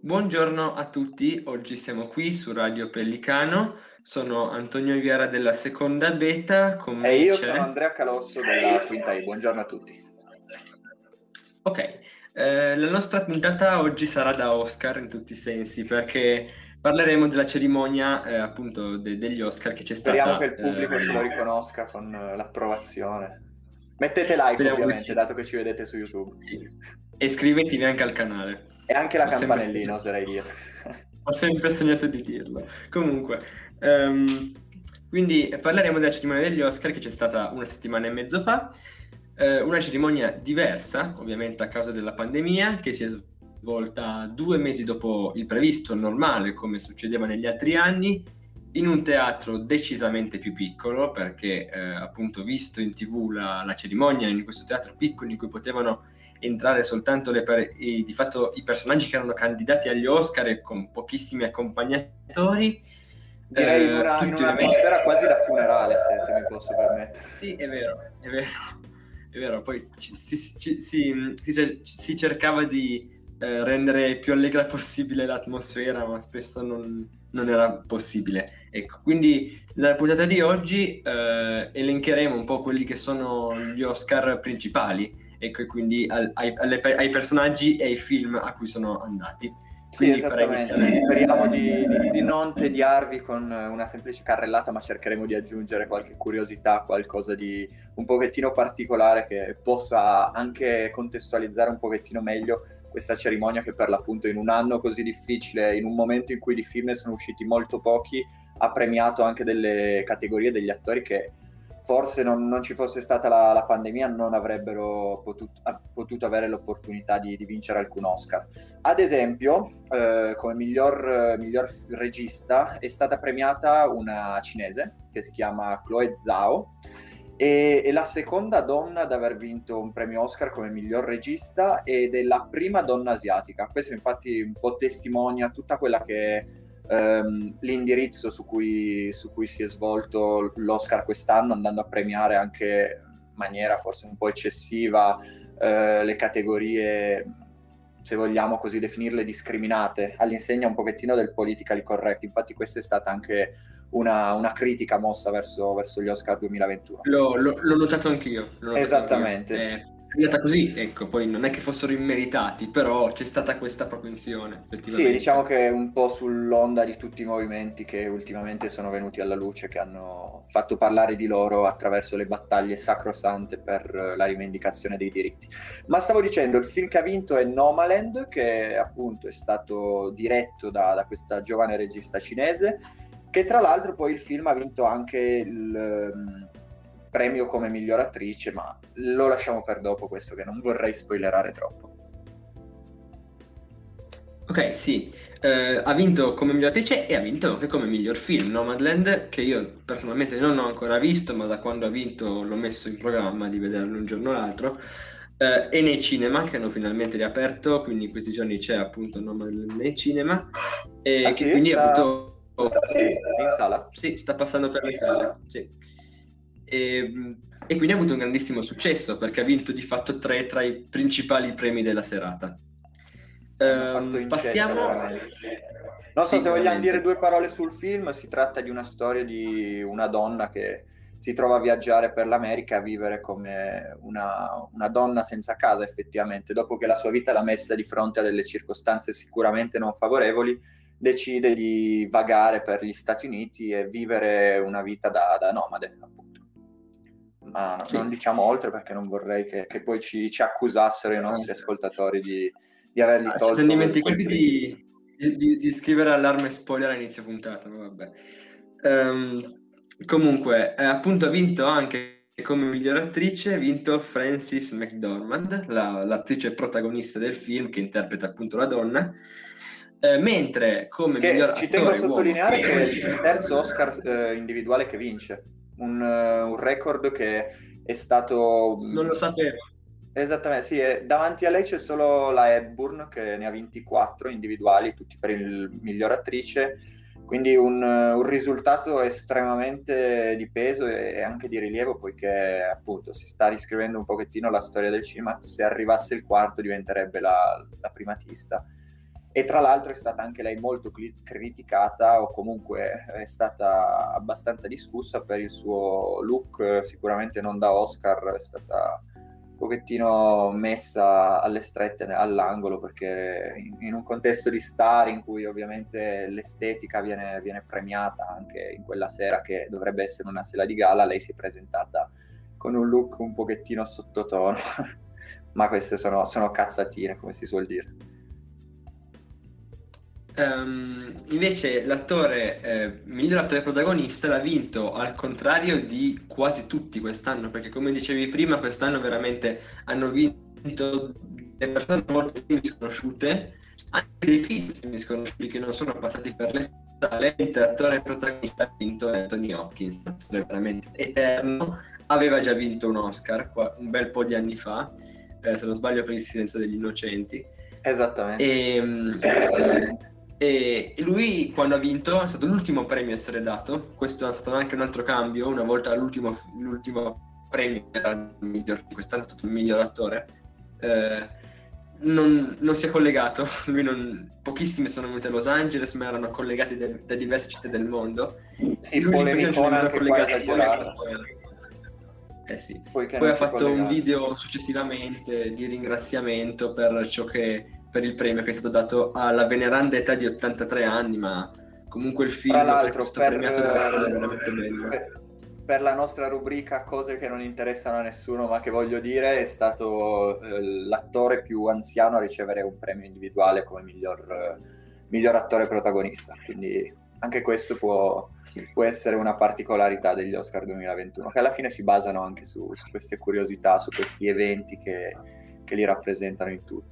Buongiorno a tutti, oggi siamo qui su Radio Pellicano, sono Antonio Viera della seconda beta, con E me io sono c'è... Andrea Calosso della quinta I. Buongiorno a tutti. Ok, la nostra puntata oggi sarà da Oscar in tutti i sensi, perché parleremo della cerimonia appunto degli Oscar che c'è Speriamo che stata... il pubblico ce lo riconosca con l'approvazione. Mettete like speriamo che ovviamente, sì. dato che ci vedete su YouTube. Sì. E iscrivetevi anche al canale. E anche la Ho sempre campanellina, sognato, oserei dire. ho sempre sognato di dirlo. Comunque, quindi parleremo della cerimonia degli Oscar che c'è stata una settimana e mezzo fa. Una cerimonia diversa, ovviamente a causa della pandemia, che si è svolta 2 mesi dopo il previsto, normale, come succedeva negli altri anni, in un teatro decisamente più piccolo, perché appunto visto in TV la cerimonia in questo teatro piccolo in cui potevano entrare soltanto di fatto i personaggi che erano candidati agli Oscar e con pochissimi accompagnatori. Direi in Tutti ovviamente... un'atmosfera quasi da funerale, se mi posso permettere. Sì, è vero, è vero, è vero. Poi si cercava di rendere più allegra possibile l'atmosfera, ma spesso non era possibile. Ecco, quindi nella puntata di oggi elencheremo un po' quelli che sono gli Oscar principali, ecco, e quindi ai personaggi e ai film a cui sono andati. Sì, Quindi farei esattamente. iniziare. Speriamo di non tediarvi con una semplice carrellata, ma cercheremo di aggiungere qualche curiosità, qualcosa di un pochettino particolare che possa anche contestualizzare un pochettino meglio questa cerimonia che per l'appunto in un anno così difficile, in un momento in cui di film ne sono usciti molto pochi, ha premiato anche delle categorie degli attori che forse non ci fosse stata la pandemia non avrebbero potuto avere l'opportunità di vincere alcun Oscar. Ad esempio, come miglior regista è stata premiata una cinese che si chiama Chloe Zhao, e la seconda donna ad aver vinto un premio Oscar come miglior regista ed è la prima donna asiatica. Questo infatti un po' testimonia tutta quella che è l'indirizzo su cui si è svolto l'Oscar quest'anno, andando a premiare anche in maniera forse un po' eccessiva le categorie, se vogliamo così definirle, discriminate, all'insegna un pochettino del politically correct. Infatti questa è stata anche una critica mossa verso gli Oscar 2021. L'ho notato anch'io, Esattamente. È andata così, ecco, poi non è che fossero immeritati, però c'è stata questa propensione, Sì, diciamo effettivamente. che è un po' sull'onda di tutti i movimenti che ultimamente sono venuti alla luce, che hanno fatto parlare di loro attraverso le battaglie sacrosante per la rivendicazione dei diritti. Ma stavo dicendo, il film che ha vinto è Nomaland, che appunto è stato diretto da questa giovane regista cinese, che tra l'altro poi il film ha vinto anche il premio come miglior attrice, ma lo lasciamo per dopo questo, che non vorrei spoilerare troppo. Ok, sì, ha vinto come miglior attrice e ha vinto anche come miglior film, Nomadland, che io personalmente non ho ancora visto, ma da quando ha vinto l'ho messo in programma di vederlo un giorno o l'altro, e nei cinema, che hanno finalmente riaperto, quindi in questi giorni c'è appunto Nomadland nei cinema, Ah e che sì, quindi ha sta avuto... in sala? Sì, sta passando per le sale, sì. E quindi ha avuto un grandissimo successo, perché ha vinto di fatto 3 tra i principali premi della serata. Hanno fatto incetta Passiamo... veramente. Non so Sì, se vogliamo dire veramente. due parole sul film. Si tratta di una storia di una donna che si trova a viaggiare per l'America, a vivere come una donna senza casa effettivamente. Dopo che la sua vita l'ha messa di fronte a delle circostanze sicuramente non favorevoli, decide di vagare per gli Stati Uniti e vivere una vita da nomade, appunto. Ma non Sì. diciamo oltre, perché non vorrei che poi ci accusassero i nostri ascoltatori di avergli Ci siamo tolto quel dimenticati premio. di scrivere allarme spoiler a inizio puntata, ma vabbè. Comunque, appunto ha vinto anche come miglior attrice, ha vinto Frances McDormand, l'attrice protagonista del film che interpreta appunto la donna, mentre come Che miglior ci tengo a attore uomo... sottolineare che è il terzo Oscar individuale che vince, un record che è stato... Non lo sapevo. Esattamente, sì, davanti a lei c'è solo la Hepburn che ne ha 24 individuali, tutti per il miglior attrice, quindi un risultato estremamente di peso e anche di rilievo, poiché appunto si sta riscrivendo un pochettino la storia del cinema. Se arrivasse il quarto diventerebbe la primatista. e tra l'altro è stata anche lei molto criticata, o comunque è stata abbastanza discussa per il suo look, sicuramente non da Oscar, è stata un pochettino messa alle strette all'angolo, perché in un contesto di star in cui ovviamente l'estetica viene premiata, anche in quella sera che dovrebbe essere una sera di gala, lei si è presentata con un look un pochettino sottotono. Ma queste sono cazzatine, come si suol dire. Invece l'attore miglior attore protagonista l'ha vinto, al contrario di quasi tutti quest'anno, perché come dicevi prima, quest'anno veramente hanno vinto le persone molto sconosciute, anche dei film sconosciuti che non sono passati per le sale. L'attore protagonista ha vinto Anthony Hopkins, è veramente eterno, aveva già vinto un Oscar un bel po' di anni fa, se non sbaglio per Il silenzio degli innocenti. Esattamente. E lui, quando ha vinto, è stato l'ultimo premio a essere dato. Questo è stato anche un altro cambio. Una volta l'ultimo premio era il miglior, quest'anno è stato il miglior attore. Non si è collegato. Pochissimi sono venuti a Los Angeles, ma erano collegati da diverse città del mondo. Sì, polemicona anche qua esagerata. Sì. Poi ha fatto un video successivamente di ringraziamento per il premio che è stato dato alla veneranda età di 83 anni, ma comunque il film è stato premiato deve essere veramente bello. Per la nostra rubrica cose che non interessano a nessuno, ma che voglio dire, è stato l'attore più anziano a ricevere un premio individuale come miglior attore protagonista, quindi anche questo può essere una particolarità degli Oscar 2021, che alla fine si basano anche su queste curiosità, su questi eventi che li rappresentano in tutto.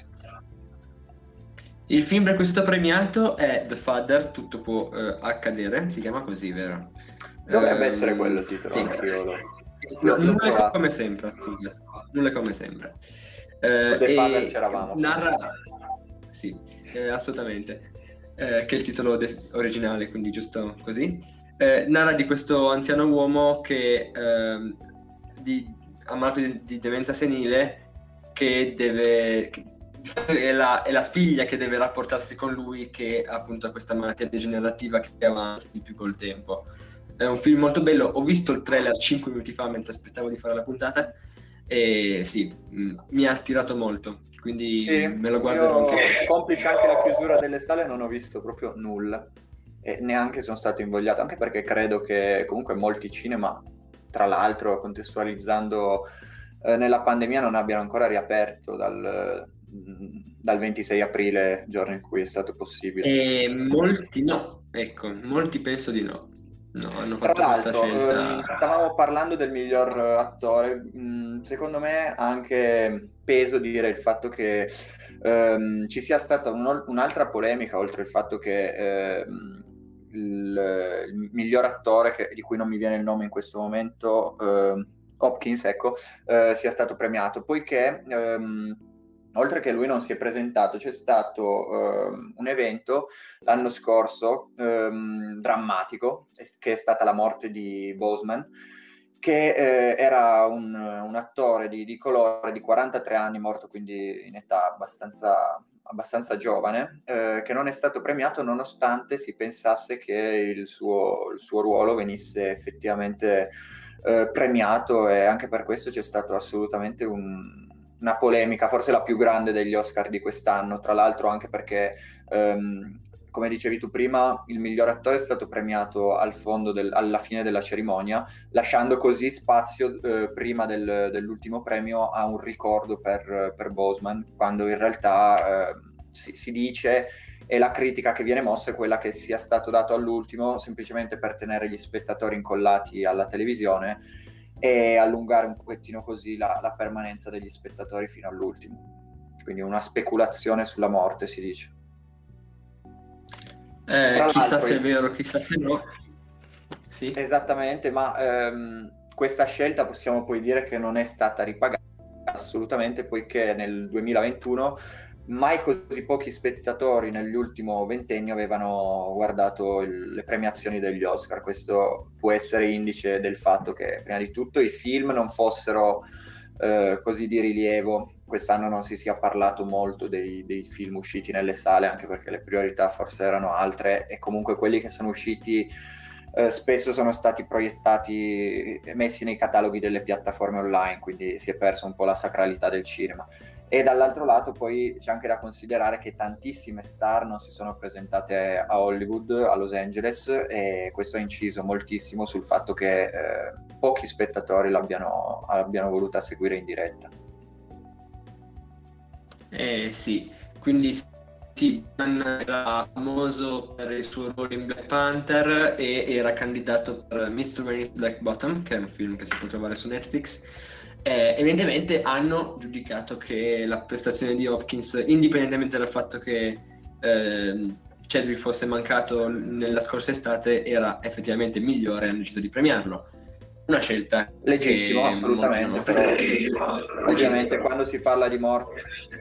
Il film per cui è stato premiato è The Father, tutto può accadere, si chiama così, vero? Dovrebbe essere quello il titolo, sì. Nulla come sembra, scusa. Nulla come sembra. The Father c'eravamo. Sì, assolutamente. Che è il titolo originale, quindi giusto così. Narra di questo anziano uomo che ammalato di demenza senile, che è la figlia che deve rapportarsi con lui, che ha appunto questa malattia degenerativa che avanza di più col tempo. È un film molto bello, ho visto il trailer 5 minuti fa mentre aspettavo di fare la puntata e sì, mi ha attirato molto, quindi sì, me lo guarderò anche. Complice anche la chiusura delle sale, non ho visto proprio nulla e neanche sono stato invogliato, anche perché credo che comunque molti cinema, tra l'altro contestualizzando nella pandemia, non abbiano ancora riaperto dal 26 aprile, giorno in cui è stato possibile. Molti no, ecco, molti penso di no. No, hanno fatto tra l'altro, scelta. Stavamo parlando del miglior attore, secondo me ha anche peso dire il fatto che ci sia stata un'altra polemica, oltre il fatto che il miglior attore, di cui non mi viene il nome in questo momento, Hopkins, ecco, sia stato premiato, poiché oltre che lui non si è presentato, c'è stato un evento l'anno scorso drammatico, che è stata la morte di Boseman, che era un attore di colore di 43 anni, morto quindi in età abbastanza giovane, che non è stato premiato nonostante si pensasse che il suo ruolo venisse effettivamente premiato, e anche per questo c'è stato assolutamente una polemica, forse la più grande degli Oscar di quest'anno, tra l'altro anche perché, come dicevi tu prima, il miglior attore è stato premiato alla fine della cerimonia, lasciando così spazio prima dell'ultimo premio a un ricordo per Boseman, quando in realtà si dice, e la critica che viene mossa è quella che sia stato dato all'ultimo semplicemente per tenere gli spettatori incollati alla televisione e allungare un pochettino così la permanenza degli spettatori fino all'ultimo. Quindi una speculazione sulla morte, si dice. Chissà se è vero, chissà se no. Sì. Esattamente, ma questa scelta possiamo poi dire che non è stata ripagata assolutamente, poiché nel 2021 mai così pochi spettatori nell'ultimo ventennio avevano guardato le premiazioni degli Oscar. Questo può essere indice del fatto che, prima di tutto, i film non fossero così di rilievo. Quest'anno non si sia parlato molto dei film usciti nelle sale, anche perché le priorità forse erano altre, e comunque quelli che sono usciti spesso sono stati proiettati e messi nei cataloghi delle piattaforme online, quindi si è perso un po' la sacralità del cinema. E dall'altro lato poi c'è anche da considerare che tantissime star non si sono presentate a Hollywood, a Los Angeles, e questo ha inciso moltissimo sul fatto che pochi spettatori l'abbiano voluta seguire in diretta. Sì, quindi sì, Dan era famoso per il suo ruolo in Black Panther e era candidato per Mr. Venice Black Bottom, che è un film che si può trovare su Netflix. Evidentemente hanno giudicato che la prestazione di Hopkins, indipendentemente dal fatto che Chadwick fosse mancato nella scorsa estate, era effettivamente migliore e hanno deciso di premiarlo. Una scelta legittimo, assolutamente, però ovviamente quando si parla di morte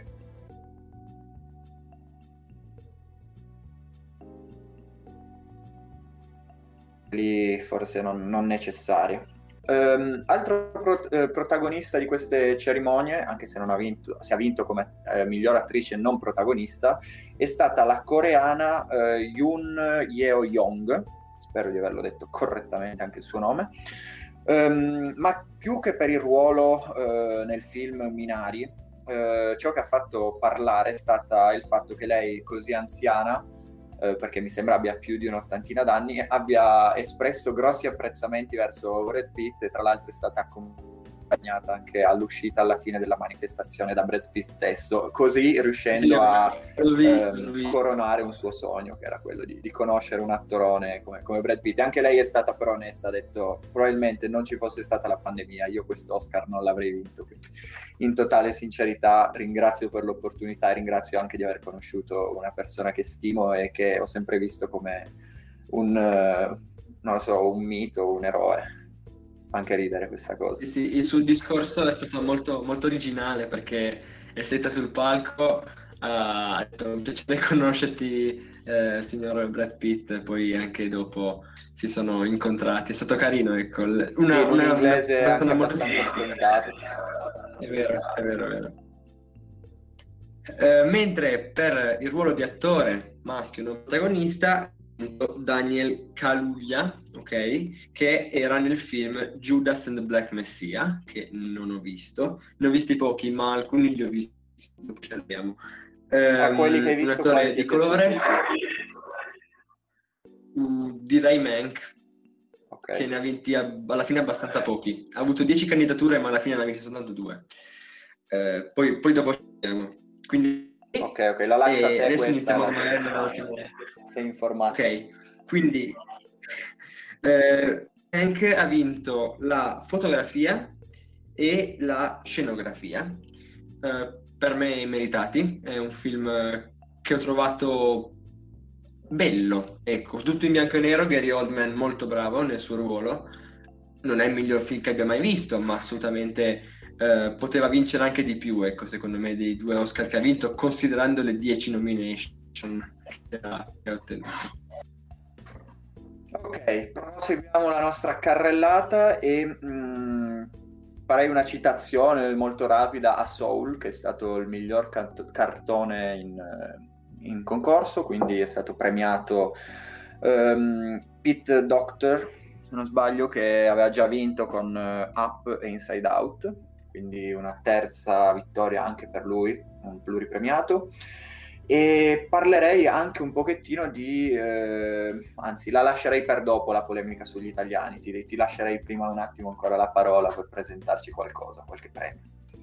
lì forse non necessario. Altro protagonista di queste cerimonie, anche se non ha vinto, si ha vinto come miglior attrice non protagonista, è stata la coreana Yoon Yeo-young, spero di averlo detto correttamente anche il suo nome, ma più che per il ruolo nel film Minari, ciò che ha fatto parlare è stata il fatto che lei, così anziana, perché mi sembra abbia più di un'ottantina d'anni, abbia espresso grossi apprezzamenti verso Brad Pitt, e tra l'altro è stata accompagnata anche all'uscita alla fine della manifestazione da Brad Pitt stesso, così riuscendo a coronare un suo sogno, che era quello di conoscere un attorone come Brad Pitt. E anche lei è stata però onesta, ha detto probabilmente non ci fosse stata la pandemia io questo Oscar non l'avrei vinto. Quindi in totale sincerità ringrazio per l'opportunità e ringrazio anche di aver conosciuto una persona che stimo e che ho sempre visto come non lo so, un mito, un eroe. Fa anche ridere questa cosa. Sì, il suo discorso è stato molto, molto originale, perché è stata sul palco, ha detto un piacere conoscerti, signor Brad Pitt, poi anche dopo si sono incontrati, è stato carino, ecco. Un inglese anche abbastanza stentato. È vero, è vero, è vero. Mentre per il ruolo di attore maschio non protagonista, Daniel Kaluuya, ok, che era nel film Judas and the Black Messiah, che non ho visto, ne ho visti pochi, ma alcuni li ho visti, ce li abbiamo. Quelli che hai visto, un attore di colore, direi Mank, okay, che ne ha vinti alla fine abbastanza pochi. Ha avuto 10 candidature, ma alla fine ne ha vinti soltanto 2. Poi dopo scegliamo. Quindi ok, la lascio a te adesso questa. iniziamo magari. Sei informato. Ok, quindi Hank ha vinto la fotografia e la scenografia, per me meritati. È un film che ho trovato bello, ecco, tutto in bianco e nero. Gary Oldman molto bravo nel suo ruolo, non è il miglior film che abbia mai visto, ma assolutamente poteva vincere anche di più, ecco, secondo me, dei 2 Oscar che ha vinto, considerando le 10 nomination che ha ottenuto. Ok, proseguiamo la nostra carrellata e farei una citazione molto rapida a Soul, che è stato il miglior cartone in concorso, quindi è stato premiato Pete Docter, se non sbaglio, che aveva già vinto con Up e Inside Out, quindi una terza vittoria anche per lui, un pluripremiato. E parlerei anche un pochettino anzi la lascerei per dopo la polemica sugli italiani, ti lascerei prima un attimo ancora la parola per presentarci qualcosa, qualche premio.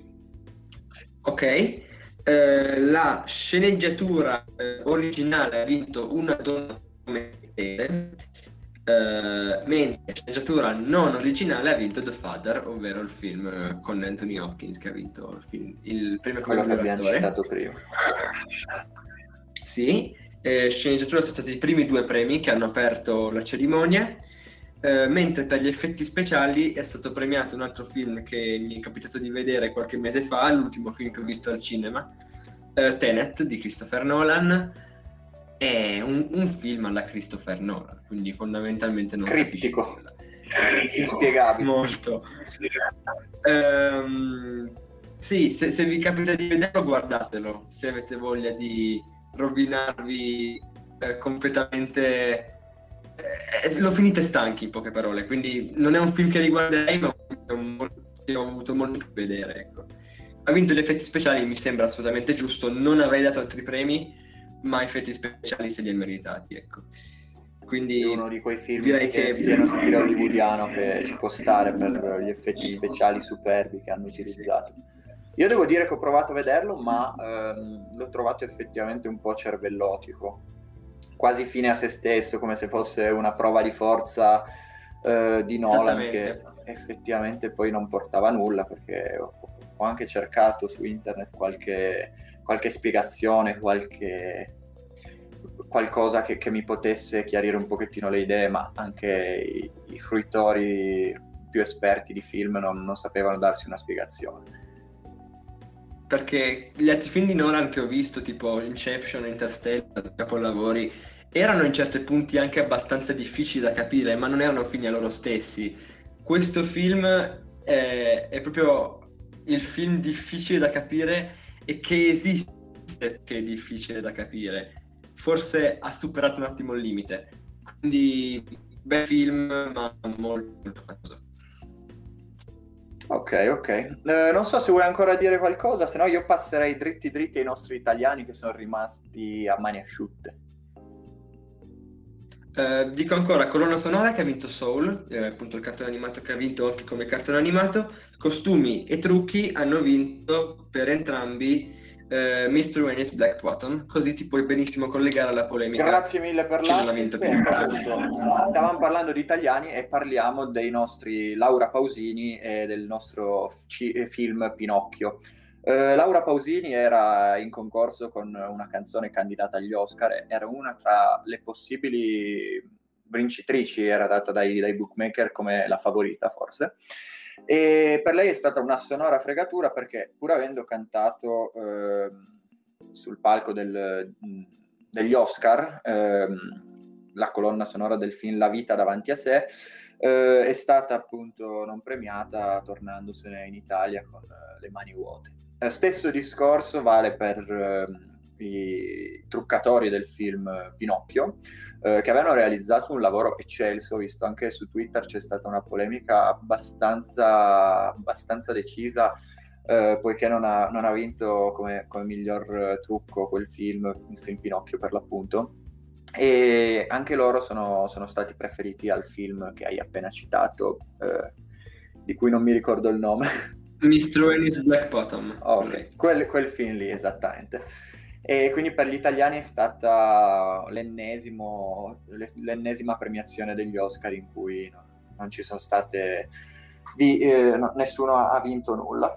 Ok, la sceneggiatura originale ha vinto Una donna come te, mentre la sceneggiatura non originale ha vinto The Father, ovvero il film con Anthony Hopkins, che ha vinto il premio come quello che miglior abbiamo attore. citato prima. Sì, sceneggiatura sono stati i primi 2 premi che hanno aperto la cerimonia, mentre per gli effetti speciali è stato premiato un altro film che mi è capitato di vedere qualche mese fa, l'ultimo film che ho visto al cinema, Tenet di Christopher Nolan. È un film alla Christopher Nolan, quindi fondamentalmente non criptico. inspiegabili. Molto. Sì, se vi capita di vederlo, guardatelo. Se avete voglia di rovinarvi completamente, lo finite stanchi, in poche parole. Quindi non è un film che riguarderei, ma che ho avuto molto più vedere, ecco. Ha vinto gli effetti speciali, mi sembra assolutamente giusto. Non avrei dato altri premi, ma effetti speciali se li ha meritati, ecco. Quindi sì, uno di quei film direi che pieno stile hollywoodiano che ci può stare per gli effetti speciali superbi che hanno utilizzato. Io devo dire che ho provato a vederlo, ma l'ho trovato effettivamente un po' cervellotico, quasi fine a se stesso, come se fosse una prova di forza di Nolan, che effettivamente poi non portava a nulla, perché ho anche cercato su internet qualche spiegazione, qualcosa che mi potesse chiarire un pochettino le idee, ma anche i fruitori più esperti di film non sapevano darsi una spiegazione. Perché gli altri film di Nolan che ho visto, tipo Inception, Interstellar, capolavori, erano in certi punti anche abbastanza difficili da capire, ma non erano fini a loro stessi. Questo film è proprio il film difficile da capire e che esiste che è difficile da capire. Forse ha superato un attimo il limite. Quindi, bel film, ma molto, molto faticoso. Ok. Non so se vuoi ancora dire qualcosa, se no io passerei dritti ai nostri italiani che sono rimasti a mani asciutte. Dico ancora, colonna sonora che ha vinto Soul, appunto il cartone animato che ha vinto anche come cartone animato, costumi e trucchi hanno vinto per entrambi Mr. Wayne's Black Bottom, così ti puoi benissimo collegare alla polemica. Grazie mille per l'assist. Stavamo parlando di italiani e parliamo dei nostri Laura Pausini e del nostro film Pinocchio. Laura Pausini era in concorso con una canzone candidata agli Oscar, era una tra le possibili vincitrici, era data dai bookmaker come la favorita forse, e per lei è stata una sonora fregatura, perché pur avendo cantato sul palco degli Oscar la colonna sonora del film La vita davanti a sé, è stata appunto non premiata, tornandosene in Italia con le mani vuote. Stesso discorso vale per i truccatori del film Pinocchio, che avevano realizzato un lavoro eccelso. Ho visto anche su Twitter c'è stata una polemica abbastanza decisa, poiché non ha vinto come miglior trucco il film Pinocchio per l'appunto, e anche loro sono stati preferiti al film che hai appena citato, di cui non mi ricordo il nome. Mr. Wayne's Black Bottom. Ok, quel film lì, esattamente. E quindi per gli italiani è stata l'ennesima premiazione degli Oscar in cui non ci sono state... nessuno ha vinto nulla.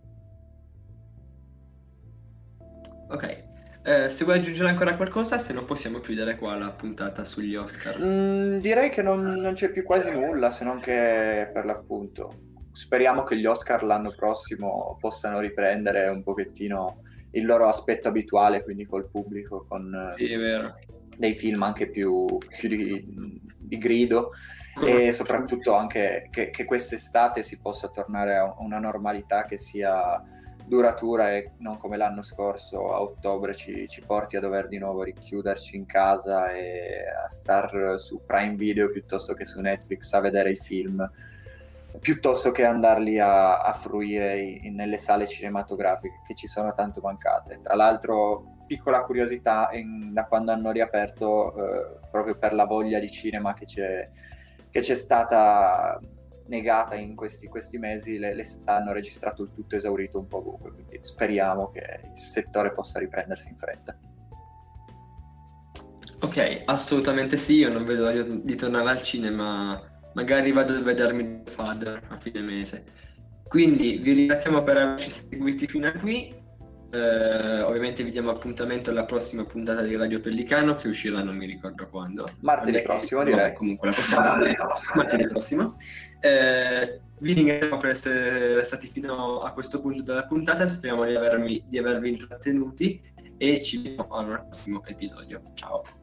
Ok. Se vuoi aggiungere ancora qualcosa, se no possiamo chiudere qua la puntata sugli Oscar. Direi che non c'è più quasi nulla, se non che per l'appunto speriamo che gli Oscar l'anno prossimo possano riprendere un pochettino il loro aspetto abituale, quindi col pubblico, con sì, è vero, dei film anche più di grido, e soprattutto anche che quest'estate si possa tornare a una normalità che sia duratura e non come l'anno scorso a ottobre ci porti a dover di nuovo richiuderci in casa e a star su Prime Video piuttosto che su Netflix a vedere i film, piuttosto che andarli a fruire nelle sale cinematografiche che ci sono tanto mancate. Tra l'altro, piccola curiosità, da quando hanno riaperto, proprio per la voglia di cinema che c'è stata negata in questi mesi, le hanno registrato il tutto esaurito un po' ovunque, quindi speriamo che il settore possa riprendersi in fretta. Ok, assolutamente sì, io non vedo l'ora di tornare al cinema, magari vado a vedermi The Father a fine mese. Quindi vi ringraziamo per averci seguiti fino a qui, ovviamente vi diamo appuntamento alla prossima puntata di Radio Pellicano, che uscirà non mi ricordo quando. Martedì prossimo, direi. Comunque la prossima martedì prossimo. Vi ringraziamo per essere stati fino a questo punto della puntata, speriamo di avervi intrattenuti e ci vediamo al prossimo episodio. Ciao!